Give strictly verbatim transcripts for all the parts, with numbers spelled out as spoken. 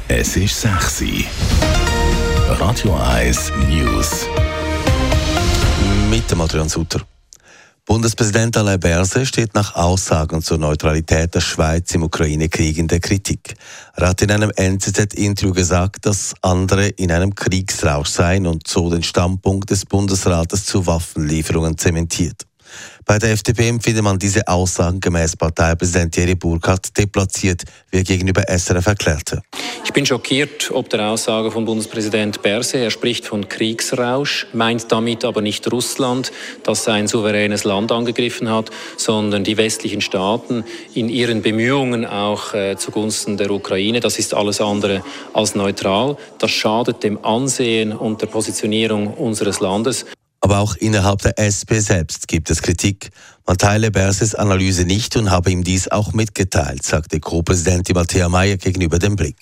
Es ist sechs Uhr. Radio eins News. Mit dem Adrian Sutter. Bundespräsident Alain Berset steht nach Aussagen zur Neutralität der Schweiz im Ukraine-Krieg in der Kritik. Er hat in einem N Z Z-Interview gesagt, dass andere in einem Kriegsrausch seien und so den Standpunkt des Bundesrates zu Waffenlieferungen zementiert. Bei der F D P empfindet man diese Aussagen gemäß Parteipräsident Thierry Burkhardt deplatziert, wie er gegenüber S R F erklärte. Ich bin schockiert ob der Aussage von Bundespräsident Berset. Er spricht von Kriegsrausch, meint damit aber nicht Russland, das sein souveränes Land angegriffen hat, sondern die westlichen Staaten in ihren Bemühungen auch äh, zugunsten der Ukraine. Das ist alles andere als neutral. Das schadet dem Ansehen und der Positionierung unseres Landes. Aber auch innerhalb der S P selbst gibt es Kritik. Man teile Bersets Analyse nicht und habe ihm dies auch mitgeteilt, sagte Co-Präsidentin Matthäa Meier gegenüber dem Blick.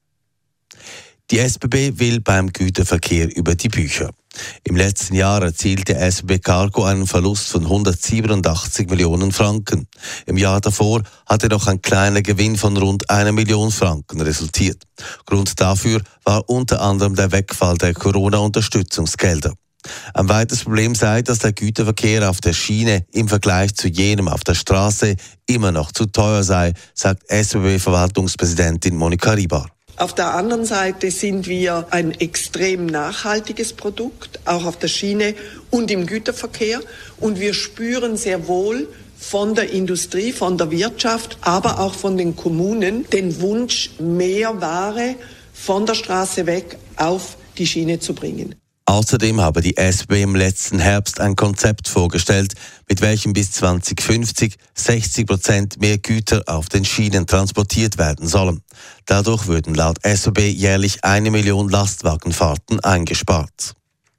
Die S B B will beim Güterverkehr über die Bücher. Im letzten Jahr erzielte S B B Cargo einen Verlust von hundertsiebenundachtzig Millionen Franken. Im Jahr davor hatte noch ein kleiner Gewinn von rund einer Million Franken resultiert. Grund dafür war unter anderem der Wegfall der Corona-Unterstützungsgelder. Ein weiteres Problem sei, dass der Güterverkehr auf der Schiene im Vergleich zu jenem auf der Straße immer noch zu teuer sei, sagt S B B-Verwaltungspräsidentin Monika Ribar. Auf der anderen Seite sind wir ein extrem nachhaltiges Produkt, auch auf der Schiene und im Güterverkehr. Und wir spüren sehr wohl von der Industrie, von der Wirtschaft, aber auch von den Kommunen den Wunsch, mehr Ware von der Straße weg auf die Schiene zu bringen. Außerdem habe die S B B im letzten Herbst ein Konzept vorgestellt, mit welchem bis zwanzig fünfzig sechzig Prozent mehr Güter auf den Schienen transportiert werden sollen. Dadurch würden laut S B B jährlich eine Million Lastwagenfahrten eingespart.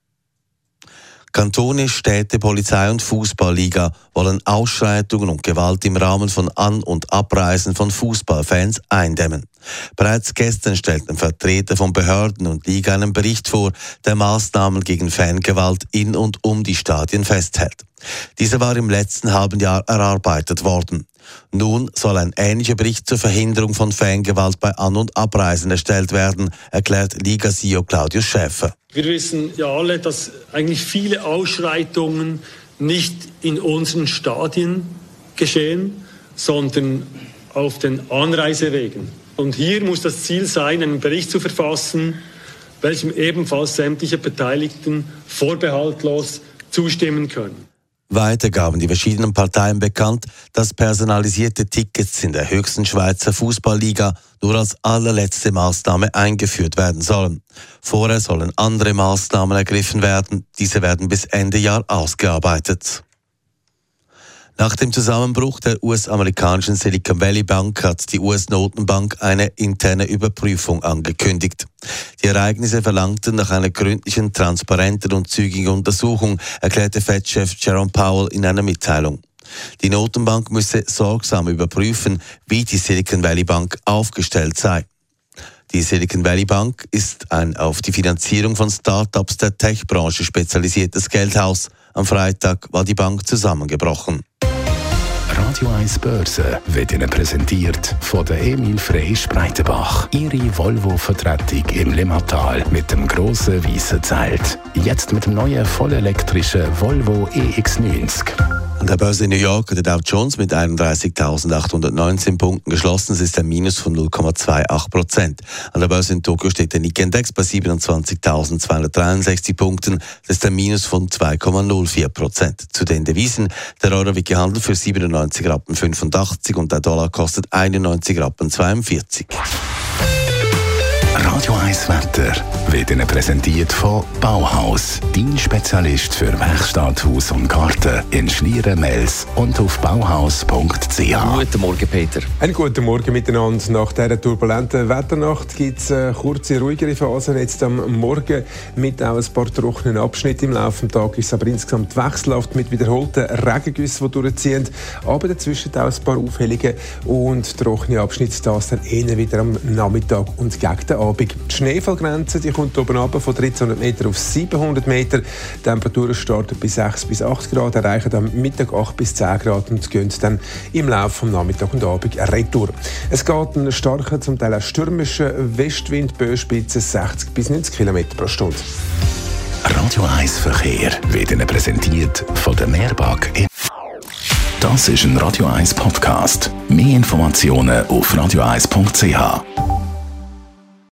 Kantone, Städte, Polizei und Fußballliga wollen Ausschreitungen und Gewalt im Rahmen von An- und Abreisen von Fußballfans eindämmen. Bereits gestern stellten Vertreter von Behörden und Liga einen Bericht vor, der Maßnahmen gegen Fangewalt in und um die Stadien festhält. Dieser war im letzten halben Jahr erarbeitet worden. Nun soll ein ähnlicher Bericht zur Verhinderung von Fangewalt bei An- und Abreisen erstellt werden, erklärt Liga-C E O Claudius Schäfer. Wir wissen ja alle, dass eigentlich viele Ausschreitungen nicht in unseren Stadien geschehen, sondern auf den Anreisewegen. Und hier muss das Ziel sein, einen Bericht zu verfassen, welchem ebenfalls sämtliche Beteiligten vorbehaltlos zustimmen können. Weiter gaben die verschiedenen Parteien bekannt, dass personalisierte Tickets in der höchsten Schweizer Fußballliga nur als allerletzte Maßnahme eingeführt werden sollen. Vorher sollen andere Maßnahmen ergriffen werden. Diese werden bis Ende Jahr ausgearbeitet. Nach dem Zusammenbruch der U S-amerikanischen Silicon Valley Bank hat die U S-Notenbank eine interne Überprüfung angekündigt. Die Ereignisse verlangten nach einer gründlichen, transparenten und zügigen Untersuchung, erklärte Fed-Chef Jerome Powell in einer Mitteilung. Die Notenbank müsse sorgsam überprüfen, wie die Silicon Valley Bank aufgestellt sei. Die Silicon Valley Bank ist ein auf die Finanzierung von Start-ups der Tech-Branche spezialisiertes Geldhaus. Am Freitag war die Bank zusammengebrochen. Radio eins Börse wird Ihnen präsentiert von der Emil Frey Spreitenbach. Ihre Volvo-Vertretung im Limmatal mit dem grossen weißen Zelt. Jetzt mit dem neuen vollelektrischen Volvo E X neunzig. An der Börse in New York hat der Dow Jones mit einunddreißigtausendachthundertneunzehn Punkten geschlossen. Es ist ein Minus von null Komma achtundzwanzig Prozent. An der Börse in Tokio steht der Nikkei-Index bei siebenundzwanzigtausendzweihundertdreiundsechzig Punkten. Das ist ein Minus von zwei Komma null vier Prozent. Zu den Devisen: der Euro wird gehandelt für siebenundneunzig Rappen fünfundachtzig und der Dollar kostet einundneunzig Rappen zweiundvierzig. Radio eins Wetter wird Ihnen präsentiert von Bauhaus. Dein Spezialist für Werkstatt, Haus und Garten in Schlieren, Mels und auf bauhaus punkt c h. Guten Morgen, Peter. Einen guten Morgen miteinander. Nach dieser turbulenten Wetternacht gibt es eine kurze, ruhigere Phase jetzt am Morgen mit auch ein paar trockenen Abschnitten. Im Laufe des Tages ist es aber insgesamt wechselhaft mit wiederholten Regengüssen, die durchziehen. Aber dazwischen auch ein paar Aufhellungen und trockene Abschnitte, das dann eher wieder am Nachmittag und gegen den Abend. Die Schneefallgrenze, die kommt oben runter von dreizehnhundert Meter auf siebenhundert Meter. Die Temperaturen starten bei sechs bis acht Grad, erreichen am Mittag acht bis zehn Grad und gehen dann im Laufe des Nachmittag und Abend retour. Es geht einen starken, zum Teil auch stürmischen Westwind, Böenspitze sechzig bis neunzig Kilometer pro Stunde. Radio eins Verkehr wird Ihnen präsentiert von der Mehrbank. Das ist ein Radio eins Podcast. Mehr Informationen auf radio eins punkt c h.